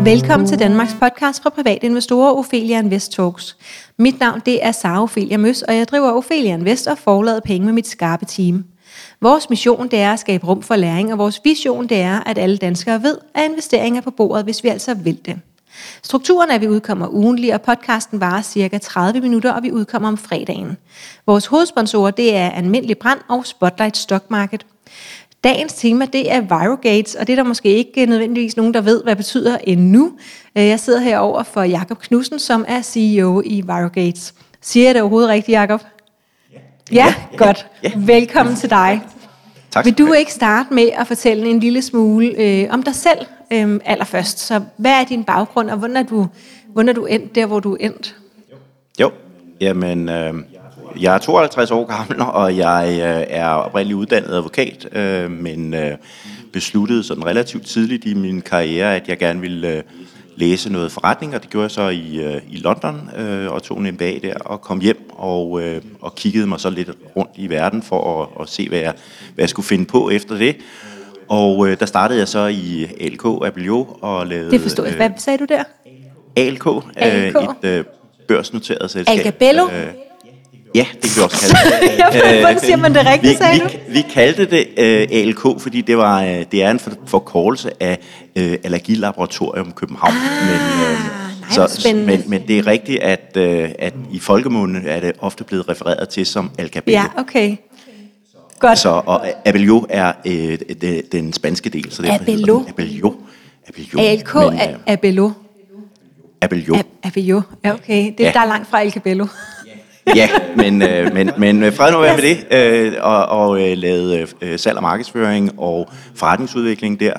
Velkommen til Danmarks podcast fra private investorer, Ophelia Invest Talks. Mit navn det er Sara Ophelia Møs, og jeg driver Ophelia Invest og forlader penge med mit skarpe team. Vores mission det er at skabe rum for læring, og vores vision det er, at alle danskere ved, at investeringer er på bordet, hvis vi altså vil det. Strukturen er, at vi udkommer ugentlig, og podcasten varer cirka 30 minutter, og vi udkommer om fredagen. Vores hovedsponsorer det er Almindelig Brand og Spotlight Stock Market. Dagens tema, det er ViroGates, og det er der måske ikke nødvendigvis nogen, der ved, hvad det betyder endnu. Jeg sidder herover for Jakob Knudsen, som er CEO i ViroGates. Siger jeg det overhovedet rigtigt, Jakob? Ja, godt. Ja. Velkommen til dig. Tak. Vil du ikke starte med at fortælle en lille smule om dig selv allerførst? Så hvad er din baggrund, og hvordan er du endt der, hvor du er endt? Jo, jamen, jeg er 52 år gammel, og jeg er oprindeligt uddannet advokat, men besluttede sådan relativt tidligt i min karriere, at jeg gerne ville læse noget forretning, og det gjorde jeg så i London, og tog en MBA der, og kom hjem og kiggede mig så lidt rundt i verden for at se, hvad jeg skulle finde på efter det. Og der startede jeg så i ALK Abellio og lavede... Det forstår jeg. Hvad sagde du der? ALK? Et børsnoteret selskab. Alcabello? Ja, det kan vi også kalde det. Hvordan siger man det rigtigt, sagde du? Vi kaldte det ALK, fordi det er en forkortelse af Allergilaboratorium København. Men det er rigtigt, at i folkemunde er det ofte blevet refereret til som Alcabello. Ja, okay. Godt. Så, og Abellio er den spanske del. Så Abellio? Abellio. ALK Abellio. Abellio. Abellio, ja okay. Der er langt fra Alcabello. Ja, men fred nu være med det, og lavede salg og markedsføring og forretningsudvikling der.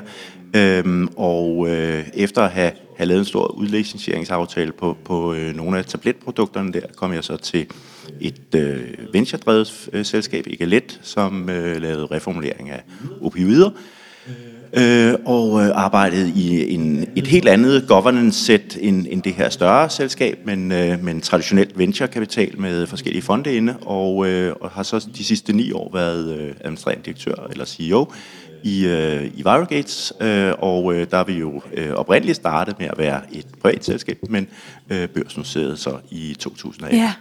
Og efter at have lavet en stor udliciteringsaftale på nogle af tabletprodukterne der, kom jeg så til et venture-drevet selskab, Egalet, som lavede reformulering af opioider. Og arbejdede i et helt andet governance-sæt end det her større selskab, men traditionelt venture-kapital med forskellige fonde inde, og har så de sidste 9 år været administrerende direktør eller CEO i ViroGates, og der er vi jo oprindeligt startet med at være et privat selskab, men børsnoteret så i 2018. Ja.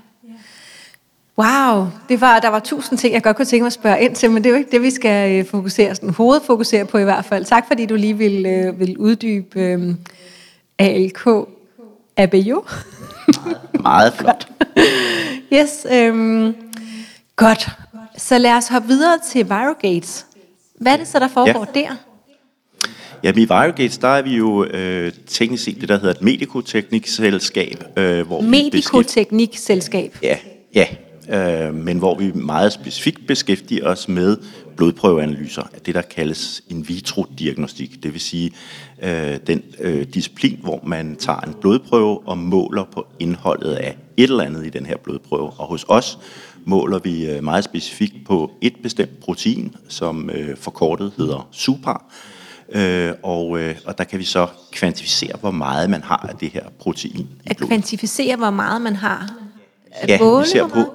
Wow, der var 1000 ting, jeg godt kunne tænke mig at spørge ind til, men det er jo ikke det, vi skal hovedfokusere på i hvert fald. Tak fordi du lige vil uddybe ALK Abellio. Meget flot. Yes, godt. Så lad os hoppe videre til ViroGates. Hvad er det så, der foregår der? Jamen i ViroGates, der er vi jo teknisk set det, der hedder et medikoteknikselskab. Medikoteknikselskab? Ja. Men hvor vi meget specifikt beskæftiger os med blodprøveanalyser, det der kaldes in vitro-diagnostik. Det vil sige den disciplin, hvor man tager en blodprøve og måler på indholdet af et eller andet i den her blodprøve. Og hos os måler vi meget specifikt på et bestemt protein, som forkortet hedder suPAR. Og der kan vi så kvantificere, hvor meget man har af det her protein i blodet. At kvantificere, hvor meget man har? Ja, vi ser på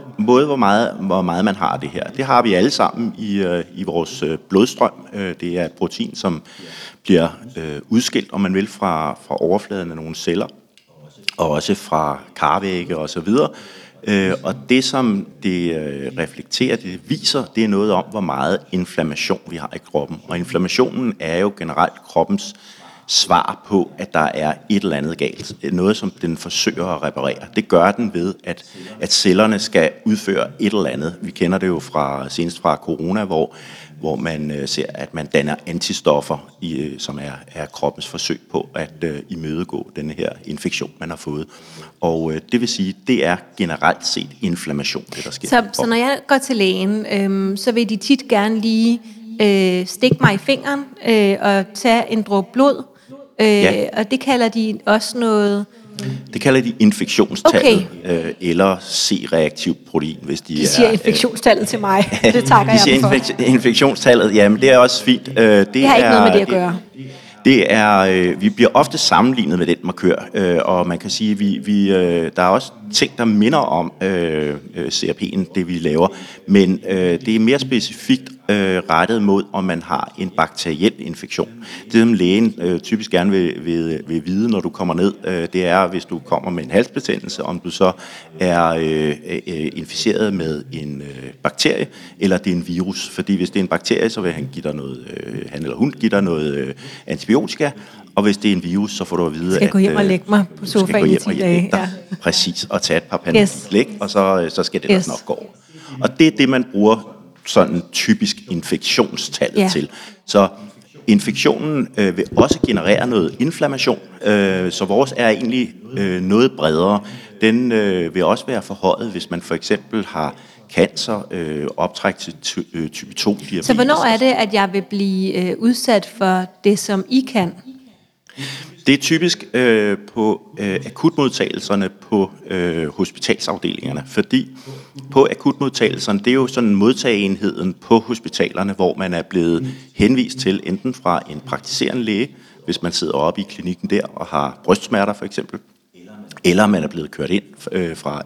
hvor meget man har af det her. Det har vi alle sammen i vores blodstrøm. Det er et protein, som bliver udskilt, om man vil, fra overfladen af nogle celler, og også fra karvægge og så videre. Og det, som det reflekterer, det viser, det er noget om, hvor meget inflammation vi har i kroppen. Og inflammationen er jo generelt kroppens svar på, at der er et eller andet galt. Noget, som den forsøger at reparere. Det gør den ved, at cellerne skal udføre et eller andet. Vi kender det jo senest fra corona, hvor man ser, at man danner antistoffer, som er kroppens forsøg på at imødegå denne her infektion, man har fået. Og det vil sige, det er generelt set inflammation, det der sker. Så når jeg går til lægen, så vil de tit gerne lige stikke mig i fingeren og tage en dråbe blod. Og det kalder de også noget... Det kalder de infektionstallet, eller C-reaktivt protein, hvis de siger infektionstallet til mig. Det takker jeg for. Infektionstallet, jamen det er også fint. Det har ikke noget med det at gøre. Vi bliver ofte sammenlignet med den markør, og man kan sige, der er også ting, der minder om CRP'en, det vi laver, men det er mere specifikt rettet mod, om man har en bakteriel infektion. Det, som lægen typisk gerne vil vide, når du kommer ned, det er, hvis du kommer med en halsbetændelse, om du så er inficeret med en bakterie, eller det er en virus. Fordi hvis det er en bakterie, så vil han eller hun give dig noget antibiotika, og hvis det er en virus, så får du at vide, skal gå hjem og lægge mig på sofaen i 10 dage. Ja. Præcis, og tage et par Panodil, og så skal det nok gå over. Og det er det, man bruger sådan typisk infektionstallet til. Så infektionen vil også generere noget inflammation, så vores er egentlig noget bredere. Den vil også være forhøjet, hvis man for eksempel har cancer, optræk til type 2 diabetes. Så hvornår er det, at jeg vil blive udsat for det, som I kan? Det er typisk på akutmodtagelserne på hospitalsafdelingerne, fordi på akutmodtagelserne, det er jo sådan modtageenheden på hospitalerne, hvor man er blevet henvist til enten fra en praktiserende læge, hvis man sidder oppe i klinikken der og har brystsmerter for eksempel, eller man er blevet kørt ind fra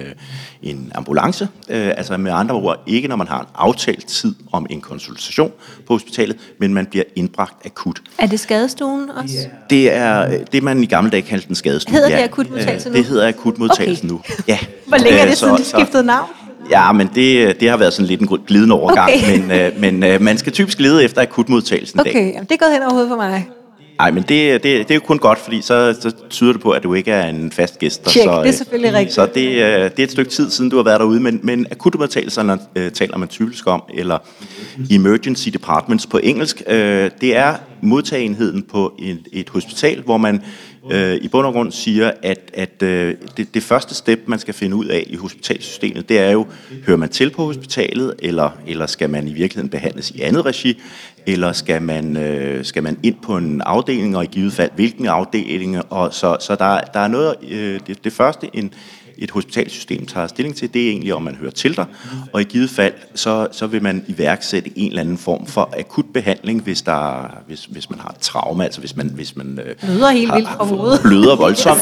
en ambulance. Altså med andre ord, ikke når man har en aftalt tid om en konsultation på hospitalet, men man bliver indbragt akut. Er det skadestuen også? Det er det, man i gamle dage kaldte en skadestue. Hedder det akutmodtagelse nu? Det hedder akutmodtagelse nu. Ja. Hvor længe er det siden, de skiftede navn? Ja, men det har været sådan lidt en glidende overgang, men man skal typisk lede efter akutmodtagelsen i dag. Okay, det er gået hen over hovedet for mig. Nej, men det er jo kun godt, fordi så tyder det på, at du ikke er en fast gæst. Check, det er selvfølgelig rigtigt. Så det er et stykke tid siden, du har været derude, men akutmodtagelserne taler man typisk om, eller emergency departments på engelsk. Det er modtageenheden på et hospital, hvor man i bund og grund siger, at det første step, man skal finde ud af i hospitalsystemet, det er jo, hører man til på hospitalet, eller skal man i virkeligheden behandles i andet regi, eller skal man ind på en afdeling, og i givet fald hvilken afdeling, og så der er noget, det første et hospitalsystem tager stilling til, det er egentlig, om man hører til dig, og i givet fald, så vil man iværksætte en eller anden form for akut behandling, hvis man har et traume, altså hvis man bløder helt vildt fra hovedet. Bløder voldsomt,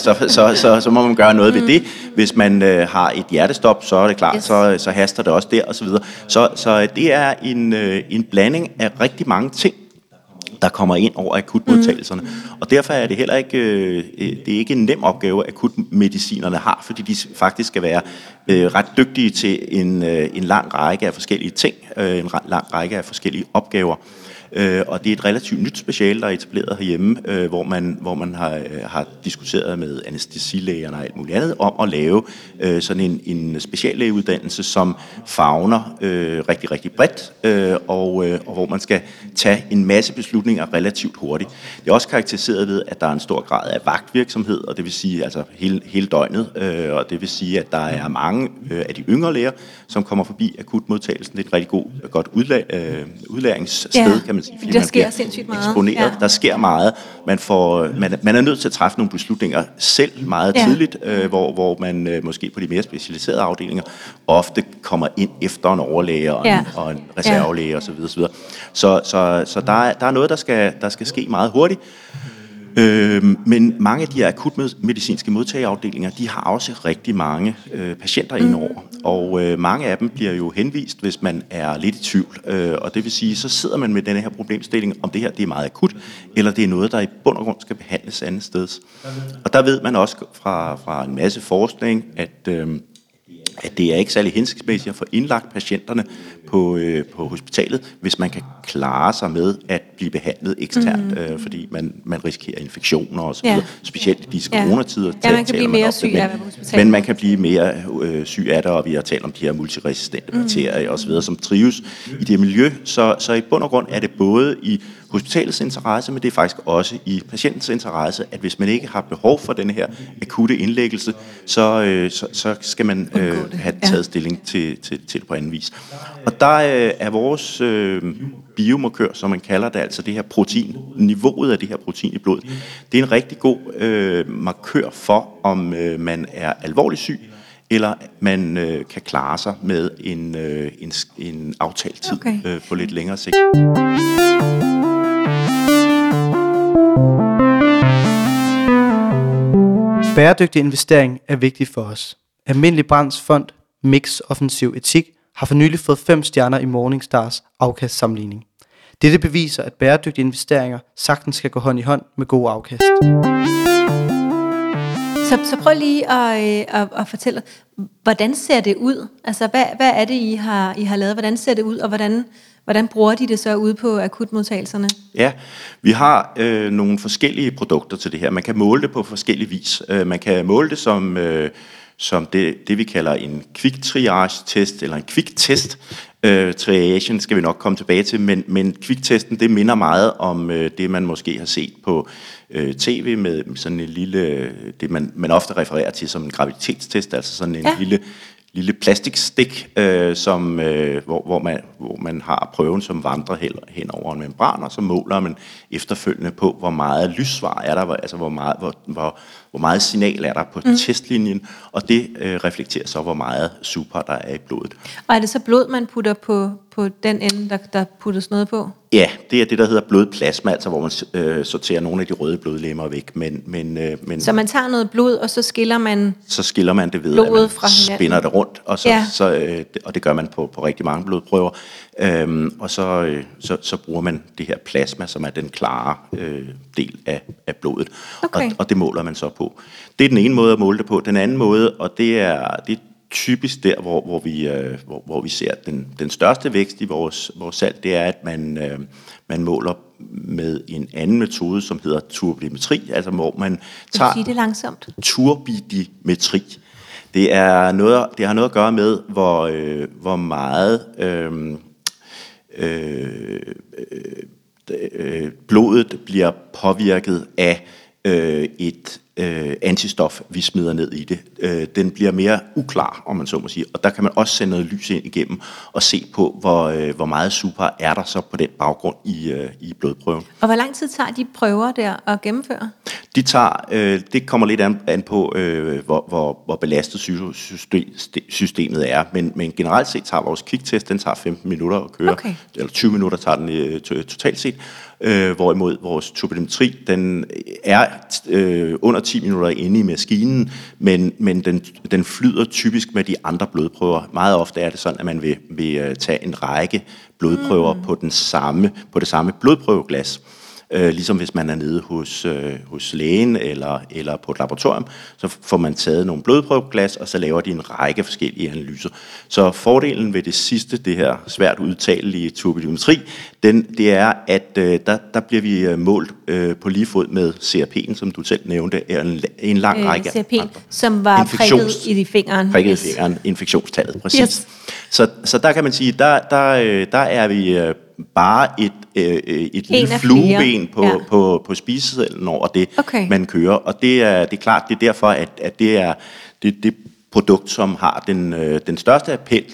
så må man gøre noget ved det. Hvis man har et hjertestop, så er det klart, så haster det også der, og så videre. Så det er en blanding af rigtig mange ting, der kommer ind over akutmodtagelserne. Og derfor er det heller ikke, det er ikke en nem opgave, akutmedicinerne har, fordi de faktisk skal være ret dygtige til en lang række af forskellige ting, en lang række af forskellige opgaver. Og det er et relativt nyt speciale, der er etableret herhjemme, hvor man har diskuteret med anæstesilægerne og alt muligt andet om at lave sådan en speciallægeuddannelse, som favner rigtig, rigtig bredt, og hvor man skal tage en masse beslutninger relativt hurtigt. Det er også karakteriseret ved, at der er en stor grad af vagtvirksomhed, og det vil sige altså hele døgnet, og det vil sige, at der er mange af de yngre læger, som kommer forbi akutmodtagelsen. Det er et rigtig godt udlæringssted, kan man sige, fordi der sker sindssygt meget. Eksponeret. Ja. Der sker meget. Man er nødt til at træffe nogle beslutninger selv meget tidligt, hvor man måske på de mere specialiserede afdelinger ofte kommer ind efter en overlæge og en reservelæge osv. Så der er noget, der skal ske meget hurtigt. Men mange af de her akutmedicinske modtageafdelinger, de har også rigtig mange patienter indover, og mange af dem bliver jo henvist, hvis man er lidt i tvivl, og det vil sige, så sidder man med denne her problemstilling, om det her det er meget akut, eller det er noget, der i bund og grund skal behandles andet sted. Og der ved man også fra en masse forskning, at det er ikke særlig hensigtsmæssigt at få indlagt patienterne på hospitalet, hvis man kan klare sig med at blive behandlet eksternt, fordi man risikerer infektioner og så videre, specielt i disse coronatider. Ja, man kan blive mere syg af at være på hospitalet. Men man kan blive mere syg af det, og vi har talt om de her multiresistente bakterier og så videre, som trives i det miljø. Så i bund og grund er det både i hospitalets interesse, men det er faktisk også i patientens interesse, at hvis man ikke har behov for den her akutte indlæggelse, så skal man have taget stilling til det på anden vis. Og der er vores biomarkør, som man kalder det, altså det her protein, niveauet af det her protein i blodet, det er en rigtig god markør for, om man er alvorligt syg, eller man kan klare sig med en aftalt tid på lidt længere sigt. Bæredygtig investering er vigtig for os. Almindelig Brands Fond, Mix Offensiv Etik, har for nylig fået 5 stjerner i Morningstars afkastsammenligning. Dette beviser, at bæredygtige investeringer sagtens skal gå hånd i hånd med gode afkast. Så prøv lige at fortælle, hvordan ser det ud? Altså, hvad er det, I har lavet? Hvordan ser det ud, og hvordan bruger de det så ude på akutmodtagelserne? Ja, vi har nogle forskellige produkter til det her. Man kan måle det på forskellige vis. Man kan måle det som det vi kalder en quick triage test, eller en quick test. Triagen skal vi nok komme tilbage til, men quick-testen, det minder meget om det, man måske har set på tv med sådan en lille, det man ofte refererer til som en graviditetstest, altså sådan en lille plastikstik, hvor man har prøven, som vandrer hen over en membran, og så måler man efterfølgende på, hvor meget lyssvar er der, altså hvor meget signal er der på testlinjen, og det reflekterer så, hvor meget super der er i blodet. Og er det så blod, man putter på den ende, der puttes noget på? Ja, det er det, der hedder blodplasma, altså hvor man sorterer nogle af de røde blodlegemer væk. Men så man tager noget blod, og så skiller man det ved, at man spinder det rundt, og, og det gør man på rigtig mange blodprøver. Og så bruger man det her plasma, som er den klare del af blodet, og det måler man så på. Det er den ene måde at måle det på. Den anden måde, og det er typisk der, hvor vi ser den største vækst i vores salg, det er, at man måler med en anden metode, som hedder turbidimetri, altså hvor man tager... Sige det langsomt. Turbidimetri. Det har noget at gøre med, hvor meget blodet bliver påvirket af et antistof, vi smider ned i det. Den bliver mere uklar, om man så må sige, og der kan man også sende noget lys ind igennem og se på, hvor meget super er der så på den baggrund i blodprøven. Og hvor lang tid tager de prøver der at gennemføre? Det kommer lidt an på, hvor belastet systemet er, men generelt set tager vores kviktest, den tager 15 minutter at køre, eller 20 minutter tager den totalt set. Hvorimod vores turbidimetri, den er under 10 minutter inde i maskinen, men den flyder typisk med de andre blodprøver. Meget ofte er det sådan, at man vil tage en række blodprøver på det samme blodprøveglas. Ligesom hvis man er nede hos lægen eller på et laboratorium, så får man taget nogle blodprøveglas, og så laver de en række forskellige analyser. Så fordelen ved det sidste, det her svært udtalelige turbidimetri, det er, at der bliver vi målt på lige fod med CRP'en, som du selv nævnte, en lang række CRP'en, som var prikket i fingeren. Prikket i fingeren, infektionstallet, præcis. Yes. Så der kan man sige, der er vi bare et lille flueben på spisesedlen over det, man kører. Og det er klart, det er derfor, at det er det produkt, som har den største appel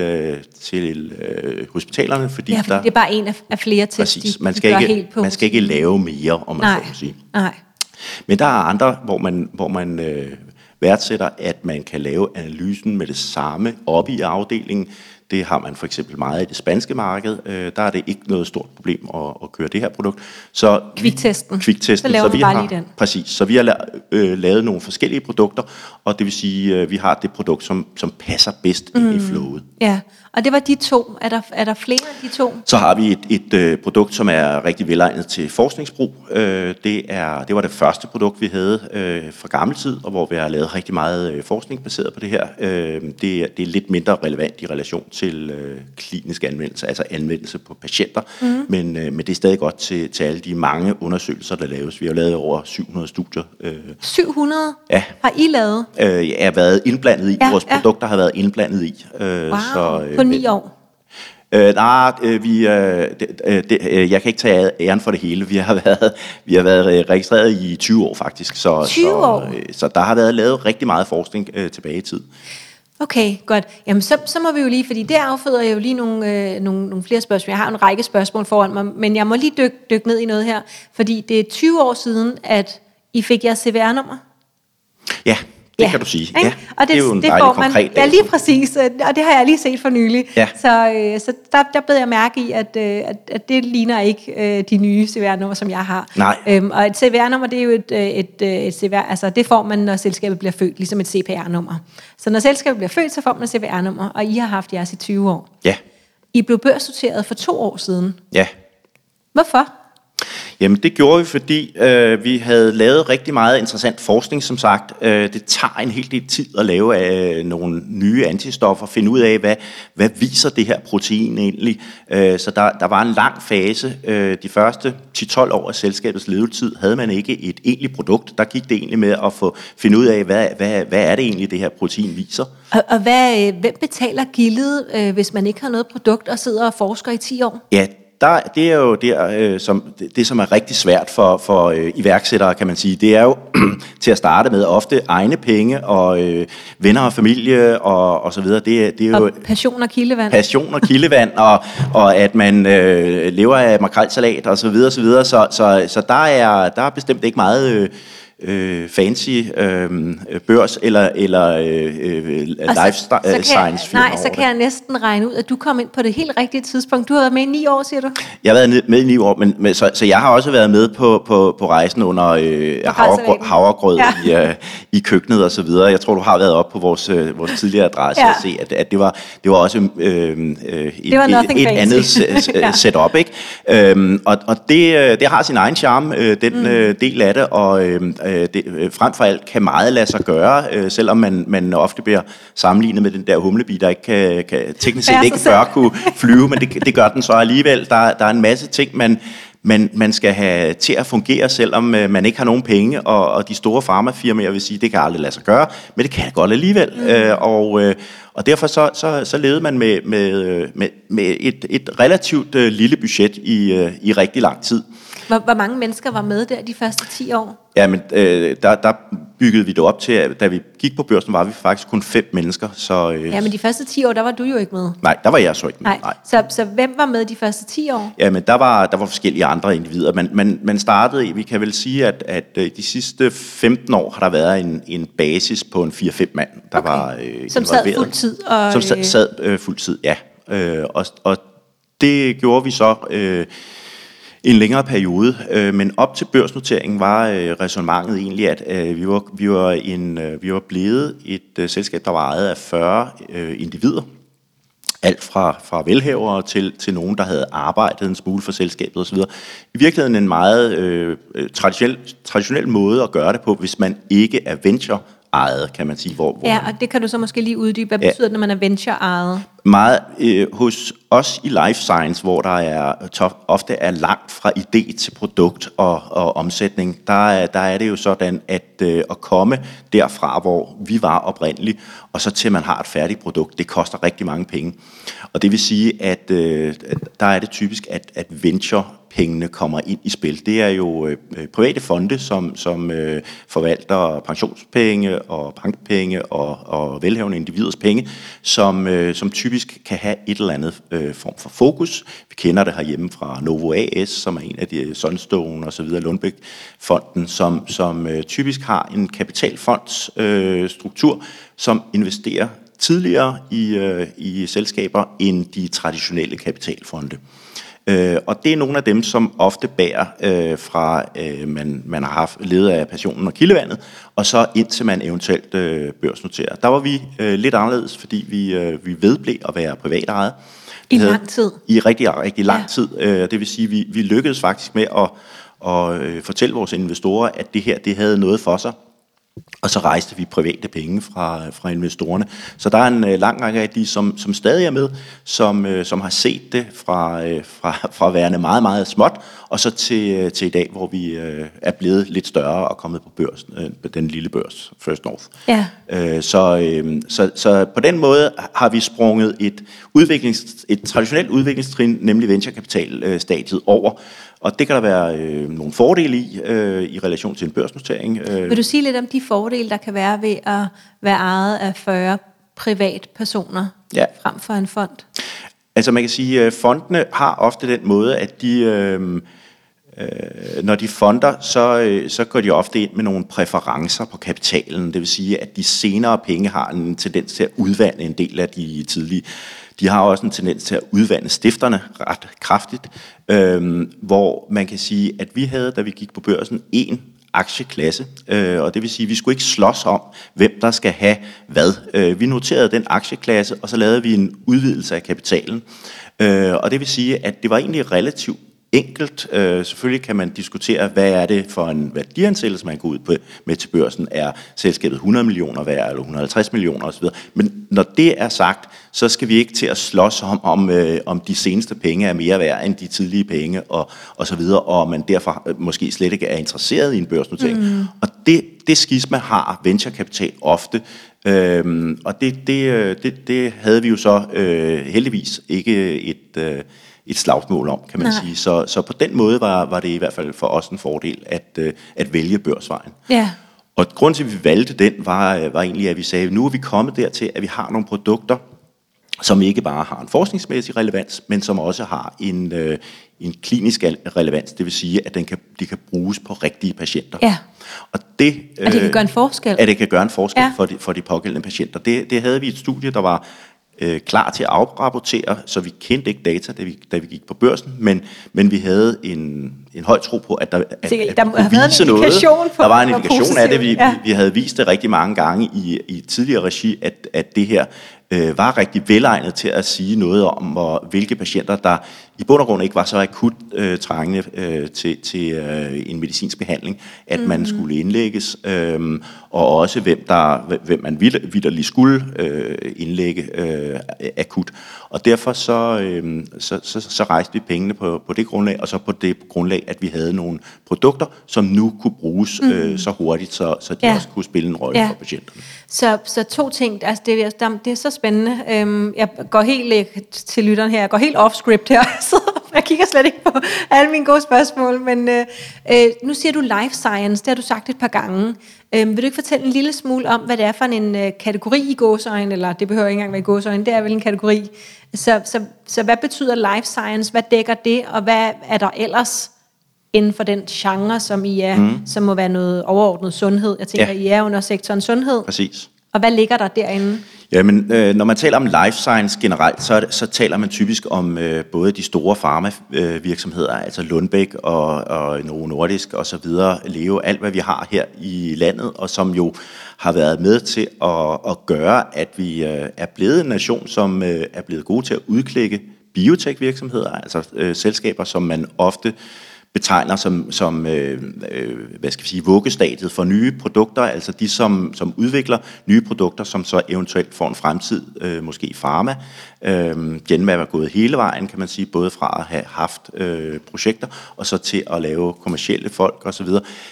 til hospitalerne, fordi det er bare en af flere tests. Præcis. Man skal ikke lave mere, om man så må sige. Nej. Men der er andre, hvor man værdsætter, at man kan lave analysen med det samme oppe i afdelingen. Det har man for eksempel meget i det spanske marked. Der er det ikke noget stort problem at køre det her produkt. Så kvikttesten. Så laver vi bare lige den. Præcis. Så vi har lavet nogle forskellige produkter, og det vil sige, at vi har det produkt, som passer bedst ind i flowet. Ja, og det var de to. Er der flere af de to? Så har vi et produkt, som er rigtig velegnet til forskningsbrug. Det var det første produkt, vi havde fra gammel tid, og hvor vi har lavet rigtig meget forskning baseret på det her. Det er lidt mindre relevant i relation til klinisk anvendelse, altså anvendelse på patienter, men det er stadig godt til alle de mange undersøgelser, der laves. Vi har lavet over 700 studier. 700? Ja. Har I lavet? Jeg har været indblandet i. Vores produkter har været indblandet i. Wow. På 9 år? Jeg kan ikke tage æren for det hele. Vi har været registreret i 20 år faktisk. 20 år? Så der har været lavet rigtig meget forskning tilbage i tid. Okay, godt. Jamen så må vi jo lige, fordi det afføder jo lige nogle flere spørgsmål. Jeg har en række spørgsmål foran mig, men jeg må lige dykke ned i noget her, fordi det er 20 år siden, at I fik jeres CVR-nummer. Ja, Det kan du sige. Ja, og det er jo en dejlig konkret dato. Ja, lige præcis, og det har jeg lige set for nylig. Ja. Så der bed jeg mærke i, at det ligner ikke de nye CVR-nummer, som jeg har. Nej. Og et CVR-nummer, det er jo et CVR, altså det får man, når selskabet bliver født, ligesom et CPR-nummer. Så når selskabet bliver født, så får man et CVR-nummer, og I har haft jeres i 20 år. Ja. I blev børsnoteret for 2 år siden. Ja. Hvorfor? Jamen det gjorde vi, fordi vi havde lavet rigtig meget interessant forskning, som sagt. Det tager en hel del tid at lave nogle nye antistoffer, finde ud af, hvad viser det her protein egentlig. Så der var en lang fase. De første 10-12 år af selskabets levetid havde man ikke et egentligt produkt. Der gik det egentlig med at finde ud af, hvad er det egentlig, det her protein viser. Og hvem betaler gildet, hvis man ikke har noget produkt og sidder og forsker i 10 år? Ja, det er jo det, som er rigtig svært for iværksættere, kan man sige. Det er jo til at starte med ofte egne penge og venner og familie og så videre. Det er jo passion og kildevand. Passion og kildevand og at man lever af makrelsalat og så videre, så videre. Så der er bestemt ikke meget fancy børs eller life science firma. Nej, så kan jeg næsten regne ud, at du kom ind på det helt rigtige tidspunkt. Du har været med i 9 år, siger du? Jeg har været med i 9 år, men så jeg har også været med på rejsen under havregrød i køkkenet og så videre. Jeg tror, du har været op på vores tidligere adresse og se, at det var også et andet setup, ikke? Og det har sin egen charme, den del af det, og frem for alt kan meget lade sig gøre, selvom man ofte bliver sammenlignet med den der humlebi, der ikke kan teknisk set ikke bør kunne flyve, men det gør den så alligevel. Der er en masse ting, man skal have til at fungere, selvom man ikke har nogen penge, og de store farmafirmaer vil sige, det kan aldrig lade sig gøre, men det kan godt alligevel. Og derfor så levede man med et relativt lille budget i rigtig lang tid. Hvor mange mennesker var med der de første 10 år? Ja, men der byggede vi det op til, at da vi gik på børsen, var vi faktisk kun 5 mennesker. Så, ja, men de første 10 år, der var du jo ikke med. Nej, der var jeg så ikke med. Nej. Så hvem var med de første 10 år? Ja, men der var forskellige andre individer. Man startede, vi kan vel sige, at de sidste 15 år har der været en basis på en 4-5 mand, der var som sad fuld tid? Som sad fuld tid, ja. Og det gjorde vi så en længere periode, men op til børsnoteringen var ræsonnementet egentlig, at vi var blevet et selskab, der var ejet af 40 individer. Alt fra velhavere til nogen, der havde arbejdet en smule for selskabet osv. I virkeligheden en meget traditionel måde at gøre det på, hvis man ikke er venture-ejet, kan man sige. Ja, og det kan du så måske lige uddybe. Hvad betyder det, når man er venture-ejet? Meget hos os i life science, hvor der ofte er langt fra idé til produkt og omsætning, der er det jo sådan, at komme derfra, hvor vi var oprindeligt, og så til man har et færdigt produkt, det koster rigtig mange penge. Og det vil sige, at der er det typisk, at venture-pengene kommer ind i spil. Det er jo private fonde, som forvalter pensionspenge og bankpenge og velhavende individers penge, som typisk kan have et eller andet form for fokus. Vi kender det herhjemme fra Novo AS, som er en af de Sunstone og så videre, Lundbeck-fonden, som typisk har en kapitalfondsstruktur, som investerer tidligere i selskaber end de traditionelle kapitalfonde. Og det er nogle af dem, som ofte bærer fra man har haft ledet af passionen og kildevandet, og så indtil man eventuelt børsnoterer. Der var vi lidt anderledes, fordi vi vedblev at være privatejet. I lang tid? I rigtig lang tid. Det vil sige, vi lykkedes faktisk med at fortælle vores investorer, at det her det havde noget for sig. Og så rejste vi private penge fra investorerne. Så der er en lang række af de, som stadig er med, som har set det fra værende meget, meget småt, og så til i dag, hvor vi er blevet lidt større og kommet på børsen, den lille børs, First North. Ja. Så på den måde har vi sprunget et traditionelt udviklingstrin, nemlig venturekapitalstadiet over. Og det kan der være nogle fordele i relation til en børsnotering. Vil du sige lidt om de fordele, der kan være ved at være ejet af 40 privatpersoner frem for en fond? Altså man kan sige, at fondene har ofte den måde, at de Når de fonder, så går de ofte ind med nogle præferencer på kapitalen. Det vil sige, at de senere penge har en tendens til at udvande en del af de tidlige. De har også en tendens til at udvande stifterne ret kraftigt, hvor man kan sige, at vi havde, da vi gik på børsen, en aktieklasse, og det vil sige, at vi skulle ikke slås om, hvem der skal have hvad. Vi noterede den aktieklasse, og så lavede vi en udvidelse af kapitalen, og det vil sige, at det var egentlig relativt enkelt. Selvfølgelig kan man diskutere, hvad er det for en værdiansættelse, man går ud med til børsen. Er selskabet 100 millioner værd, eller 150 millioner osv. Men når det er sagt, så skal vi ikke til at slås om de seneste penge er mere værd end de tidlige penge, og så videre, og man derfor måske slet ikke er interesseret i en børsnotering. Og det skisma har venturekapital ofte, og det havde vi jo så heldigvis ikke et slagsmål om, kan man sige. Så på den måde var det i hvert fald for os en fordel at vælge børsvejen. Ja. Og grunden til, at vi valgte den, var egentlig, at vi sagde, at nu er vi kommet dertil, at vi har nogle produkter, som ikke bare har en forskningsmæssig relevans, men som også har en klinisk relevans. Det vil sige, at de kan bruges på rigtige patienter. Ja. Og det kan gøre en forskel. At det kan gøre en forskel for de pågældende patienter. Det havde vi et studie, der var klar til at afrapportere, så vi kendte ikke data, da vi gik på børsen, men vi havde en høj tro på, at der kunne vise noget. Der var en indikation af det. Vi havde vist det rigtig mange gange i tidligere regi, at det her var rigtig velegnet til at sige noget om, hvilke patienter, der i bund og grund ikke var så akut trængende til en medicinsk behandling, at man skulle indlægges, og også hvem man vitterligt skulle indlægge akut. Og derfor så rejste vi pengene på det grundlag, og så på det grundlag, at vi havde nogle produkter, som nu kunne bruges så hurtigt, så de også kunne spille en rolle for patienterne. Så to ting, altså det er så spændende. Jeg går helt til lytteren her, jeg går helt off-script her, så jeg kigger slet ikke på alle mine gode spørgsmål, men nu siger du life science, det har du sagt et par gange. Vil du ikke fortælle en lille smule om, hvad det er for en kategori i gåseøjne, eller det behøver ikke engang være i gåseøjne, det er vel en kategori. Så hvad betyder life science, hvad dækker det, og hvad er der ellers inden for den genre, som I er, som må være noget overordnet sundhed? Jeg tænker, I er under sektoren sundhed. Præcis. Og hvad ligger der derinde? Jamen, når man taler om life science generelt, så taler man typisk om både de store farmavirksomheder, altså Lundbeck og Novo Nordisk og så videre, Leo, alt hvad vi har her i landet, og som jo har været med til at gøre, at vi er blevet en nation, som er blevet gode til at udklække biotech-virksomheder, altså selskaber, som man ofte betegner som hvad skal vi sige, vuggestadiet for nye produkter, altså de, som udvikler nye produkter, som så eventuelt får en fremtid, måske i pharma. Genmab er gået hele vejen, kan man sige, både fra at have haft projekter, og så til at lave kommercielle folk osv.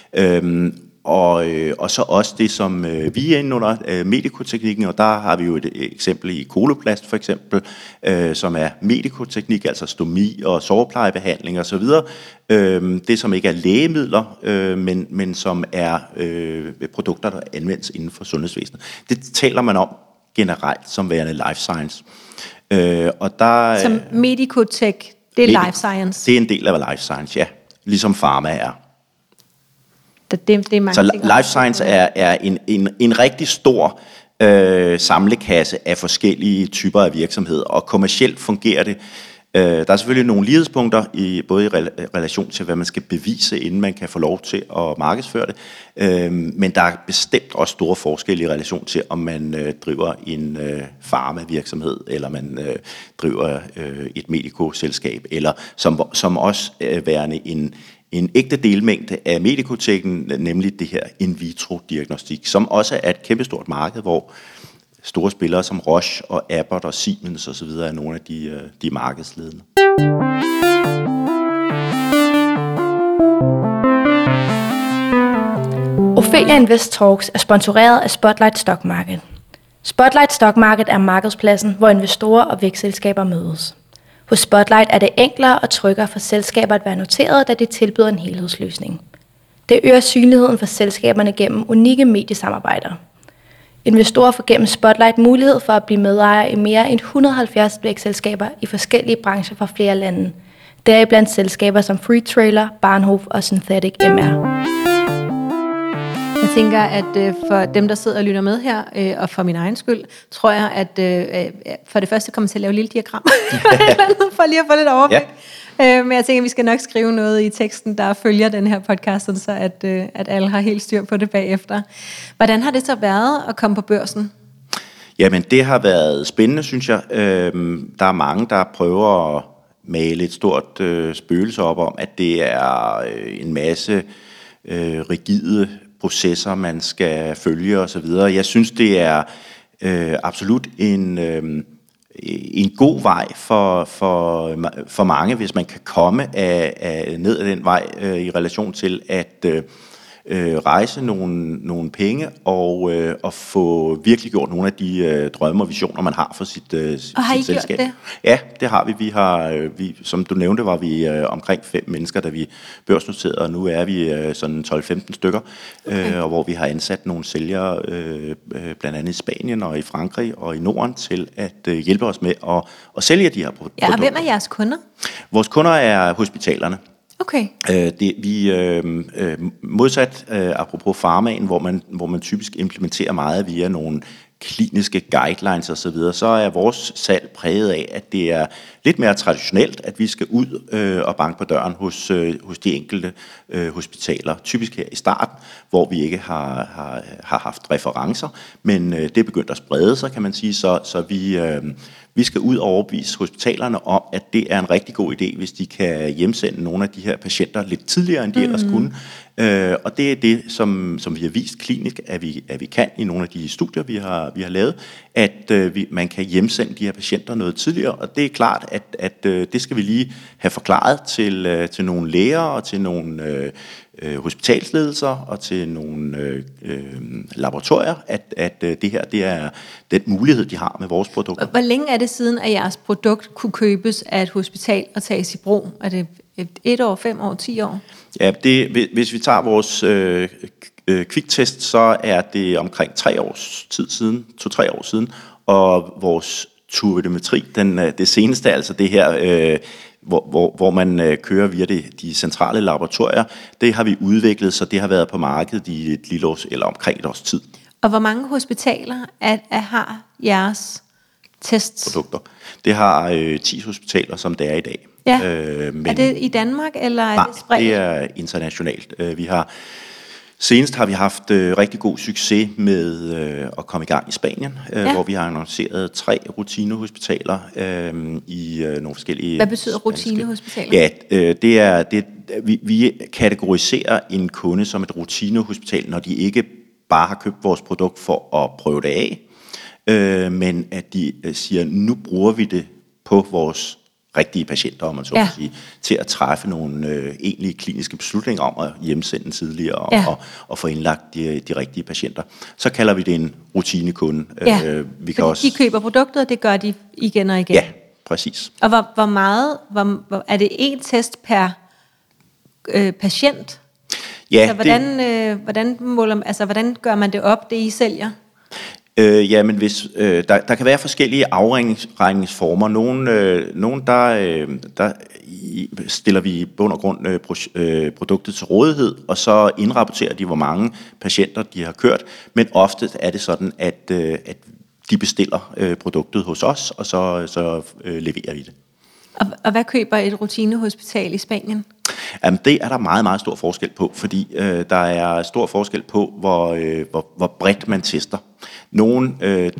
Og så også det, som vi er inde under, medikoteknikken, og der har vi jo et eksempel i Coloplast for eksempel, som er medikoteknik, altså stomi og såreplejebehandling og så videre. Det, som ikke er lægemidler, men som er produkter, der anvendes inden for sundhedsvæsenet. Det taler man om generelt som værende life science. Og der, som medikotek, det er life science? Det er en del af life science, ja. Ligesom pharma er. Det er mange så ting. life science er en rigtig stor samlekasse af forskellige typer af virksomheder, og kommercielt fungerer det. Der er selvfølgelig nogle lighedspunkter, både i relation til, hvad man skal bevise, inden man kan få lov til at markedsføre det, men der er bestemt også store forskelle i relation til, om man driver en farmavirksomhed, eller man driver et medikoselskab, eller som også værende en ægte delmængde af medikotekken, nemlig det her in vitro-diagnostik, som også er et kæmpestort marked, hvor store spillere som Roche og Abbott og Siemens osv. er nogle af de markedsledende. Ophelia Invest Talks er sponsoreret af Spotlight Stock Market. Spotlight Stock Market er markedspladsen, hvor investorer og vækstselskaber mødes. Hos Spotlight er det enklere og tryggere for selskaber at være noteret, da det tilbyder en helhedsløsning. Det øger synligheden for selskaberne gennem unikke mediesamarbejder. Investorer får gennem Spotlight mulighed for at blive medejer i mere end 170 vækstselskaber i forskellige brancher fra flere lande. Det er blandt selskaber som Free Trailer, Bahnhof og Synthetic MR. Jeg tænker, at for dem, der sidder og lytter med her, og for min egen skyld, tror jeg, at for det første kommer til at lave et lille diagram, for lige at få lidt overblik. Ja. Men jeg tænker, at vi skal nok skrive noget i teksten, der følger den her podcast, så at alle har helt styr på det bagefter. Hvordan har det så været at komme på børsen? Jamen, det har været spændende, synes jeg. Der er mange, der prøver at male et stort spøgelse op om, at det er en masse rigide processer, man skal følge osv. Jeg synes, det er absolut en god vej for mange, hvis man kan komme ned ad den vej i relation til at rejse nogle penge og få virkelig gjort nogle af de drømme og visioner, man har for sit selskab. Det? Ja, det har vi. Vi som du nævnte, var vi omkring 5 mennesker, da vi børsnoterede, og nu er vi sådan 12-15 stykker, og hvor vi har ansat nogle sælgere, blandt andet i Spanien og i Frankrig og i Norden, til at hjælpe os med at sælge de her produkter. Ja, og hvem er jeres kunder? Vores kunder er hospitalerne. Okay. Modsat apropos farmaen, hvor man typisk implementerer meget via nogle kliniske guidelines og så er vores salg præget af, at det er lidt mere traditionelt, at vi skal ud og banke på døren hos de enkelte hospitaler. Typisk her i starten, hvor vi ikke har haft referencer, men det er begyndt at sprede sig, kan man sige, så vi skal ud og overbevise hospitalerne om, at det er en rigtig god idé, hvis de kan hjemsende nogle af de her patienter lidt tidligere, end de ellers kunne. Og det er det, som vi har vist klinisk, at vi kan i nogle af de studier, vi har lavet, at man kan hjemsende de her patienter noget tidligere. Og det er klart, at det skal vi lige have forklaret til nogle læger og til nogle hospitalsledelser og til nogle laboratorier, at det her, det er den mulighed, de har med vores produkter. Hvor længe er det siden, at jeres produkt kunne købes af et hospital og tages i brug? Er det 1 år, 5 år, 10 år? Ja, hvis vi tager vores kviktest, så er det omkring 3 års tid siden, 2-3 år siden, og vores turbidometri, det seneste, altså det her, hvor man kører via de centrale laboratorier, det har vi udviklet, så det har været på markedet i et lille års, eller omkring et års tid. Og hvor mange hospitaler har jeres testprodukter? Det har 10 hospitaler, som det er i dag. Ja. Men er det i Danmark, eller er det spredt? Det er internationalt. Senest har vi haft rigtig god succes med at komme i gang i Spanien, hvor vi har annonceret 3 rutinehospitaler i nogle forskellige... Hvad betyder rutinehospitaler? Ja, vi kategoriserer en kunde som et rutinehospital, når de ikke bare har købt vores produkt for at prøve det af, men at de siger, nu bruger vi det på vores rigtige patienter, om man så kan sige, til at træffe nogle egentlige kliniske beslutninger om at hjemsende tidligere og få indlagt de rigtige patienter. Så kalder vi det en rutinekunde. Vi kan også... de køber produkter, og det gør de igen og igen. Ja, præcis. Og hvor meget, er det 1 test per patient? Ja, så hvordan gør man det op, det I sælger? Men hvis der kan være forskellige afregningsformer. Nogle der stiller vi i bund og grund produktet til rådighed, og så indrapporterer de, hvor mange patienter de har kørt. Men ofte er det sådan, at de bestiller produktet hos os, og så leverer vi det. Og hvad køber et rutinehospital i Spanien? Jamen, det er der meget, meget stor forskel på, fordi der er stor forskel på, hvor bredt man tester. Nogle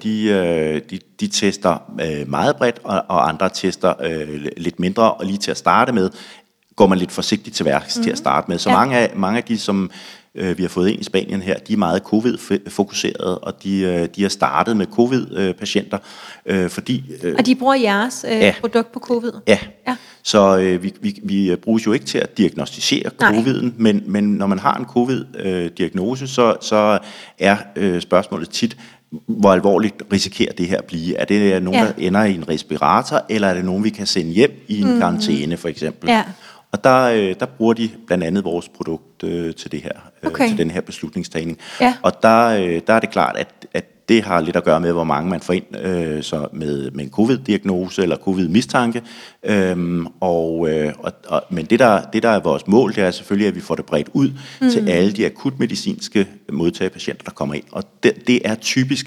de tester meget bredt, og andre tester lidt mindre, og lige til at starte med går man lidt forsigtigt til værks til at starte med. Så mange af de, som vi har fået ind i Spanien her, de er meget covid-fokuserede, og de har startet med covid-patienter, fordi... og de bruger jeres produkt på covid? Ja. Så vi bruges jo ikke til at diagnostisere coviden, men når man har en covid-diagnose, så er spørgsmålet tit, hvor alvorligt risikerer det her at blive? Er det nogen, der ender i en respirator, eller er det nogen, vi kan sende hjem i en karantæne, for eksempel? Ja. Og der bruger de blandt andet vores produkt til det her, til den her beslutningstagning. Ja. Og der er det klart, at det har lidt at gøre med, hvor mange man får ind så med en covid-diagnose eller covid-mistanke. Men det der er vores mål, det er selvfølgelig, at vi får det bredt ud til alle de akutmedicinske modtagepatienter, der kommer ind. Og det er typisk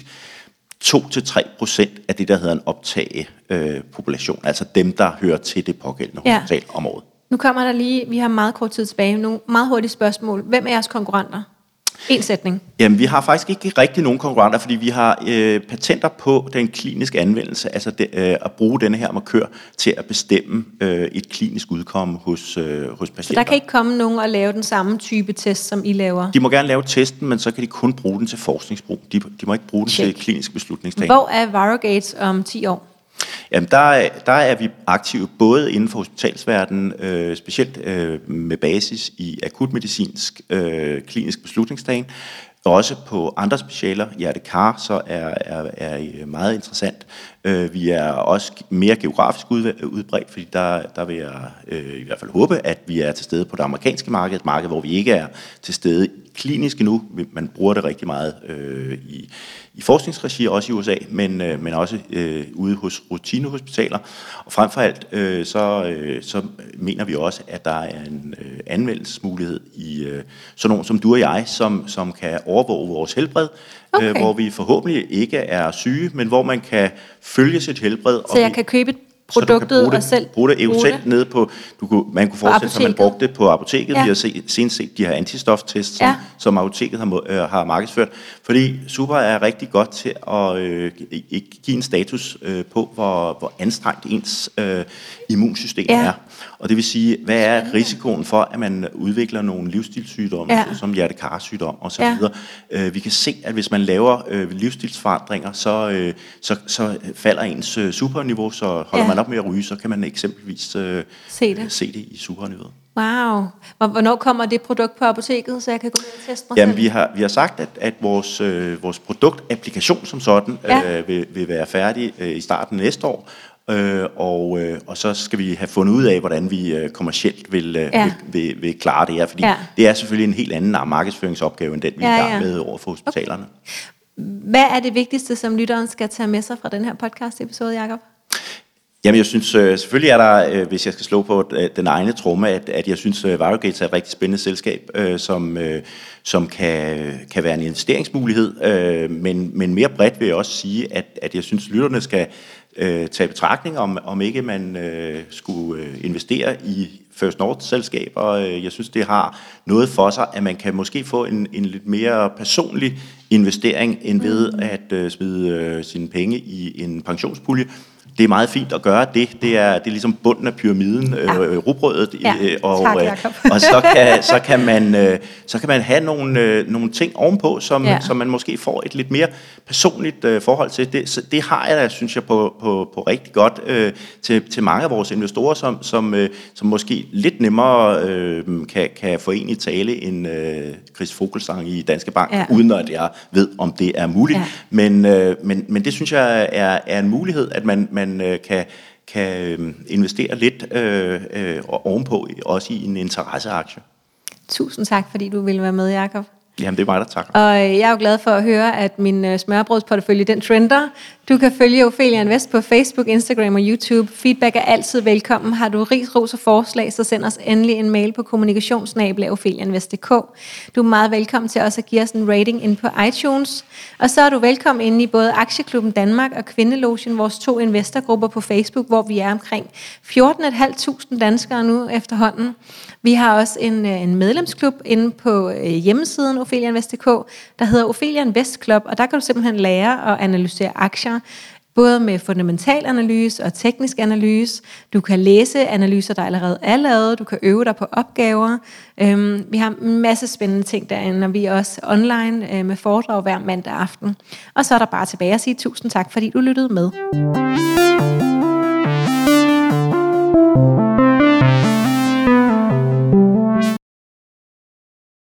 2-3% af det, der hedder en optagepopulation, altså dem, der hører til det pågældende hospital om året. Nu kommer der lige, vi har meget kort tid tilbage, nogle meget hurtige spørgsmål. Hvem er jeres konkurrenter? En sætning. Jamen, vi har faktisk ikke rigtig nogen konkurrenter, fordi vi har patenter på den kliniske anvendelse, altså at bruge denne her markør til at bestemme et klinisk udkomme hos patienter. Så der kan ikke komme nogen og lave den samme type test, som I laver? De må gerne lave testen, men så kan de kun bruge den til forskningsbrug. De må ikke bruge den til klinisk beslutningstagning. Hvor er ViroGates om 10 år? Jamen, der er vi aktive både inden for hospitalsverdenen, specielt med basis i akutmedicinsk klinisk beslutningstagen, også på andre specialer, hjerte-kar, så er meget interessant. Vi er også mere geografisk udbredt, fordi der vil jeg i hvert fald håbe, at vi er til stede på det amerikanske marked, et marked, hvor vi ikke er til stede klinisk endnu. Man bruger det rigtig meget i forskningsregi, også i USA, men også ude hos rutinehospitaler. Og frem for alt, så mener vi også, at der er en anvendelsesmulighed i sådan nogen som du og jeg, som kan overvåge vores helbred, hvor vi forhåbentlig ikke er syge, men hvor man kan følge sit helbred. Så jeg kan købe produktet og selv bruge det eventuelt nede på, man kunne forestille sig, at man brugte det på apoteket. Vi har senest set de her antistoftests, som apoteket har markedsført, fordi Super er rigtig godt til at give en status på, hvor anstrengt ens immunsystem er. Og det vil sige, hvad er risikoen for, at man udvikler nogle livsstilssygdomme, som hjerte-kar-sygdom osv. Vi kan se, at hvis man laver livsstilsforandringer, så falder ens superniveau, så holder man op med at ryge, så kan man eksempelvis se det i superniveauet. Wow. Hvornår kommer det produkt på apoteket, så jeg kan gå ned og teste mig selv? Vi har sagt, at vores produktapplikation som sådan vil være færdig i starten næste år. Og så skal vi have fundet ud af, hvordan vi kommercielt vil klare det her, fordi det er selvfølgelig en helt anden markedsføringsopgave, end den vi er i gang med over for hospitalerne. Okay. Hvad er det vigtigste, som lytteren skal tage med sig fra den her podcast-episode, Jakob? Jamen, jeg synes selvfølgelig er der, hvis jeg skal slå på den egne tromme, at jeg synes, ViroGates er et rigtig spændende selskab, som kan være en investeringsmulighed, men mere bredt vil jeg også sige, at jeg synes, lytterne skal tage betragtning om ikke man skulle investere i First North-selskaber. Jeg synes, det har noget for sig, at man kan måske få en lidt mere personlig investering, end ved at smide sine penge i en pensionspulje. Det er meget fint at gøre det. Det er ligesom bunden af pyramiden, rugbrødet, og så kan man have nogle ting ovenpå, som man måske får et lidt mere personligt forhold til. Det har jeg da, synes jeg, på rigtig godt til mange af vores investorer, som måske lidt nemmere kan få en i tale end Chris Fuglsang i Danske Bank, uden at jeg ved, om det er muligt. Men det synes jeg er en mulighed, at man kan investere lidt ovenpå, også i en interesseaktie. Tusind tak, fordi du ville være med, Jakob. Jamen, det er mig, der takker. Og jeg er jo glad for at høre, at min smørbrødsportefølje, den trender. Du kan følge Ophelia Invest på Facebook, Instagram og YouTube. Feedback er altid velkommen. Har du ris, ros og forslag, så send os endelig en mail på kommunikationsnabel@opheliainvest.dk. Du er meget velkommen til også at give os en rating inde på iTunes. Og så er du velkommen inde i både Aktieklubben Danmark og Kvindelogen, vores 2 investorgrupper på Facebook, hvor vi er omkring 14.500 danskere nu efterhånden. Vi har også en medlemsklub inde på hjemmesiden opheliainvest.dk, der hedder Ophelia Invest Club, og der kan du simpelthen lære at analysere aktier, både med fundamental analyse og teknisk analyse. Du kan læse analyser, der allerede er lavet. Du kan øve dig på opgaver. Vi har en masse spændende ting derinde, og vi er også online med foredrag hver mandag aften. Og så er der bare tilbage at sige tusind tak, fordi du lyttede med.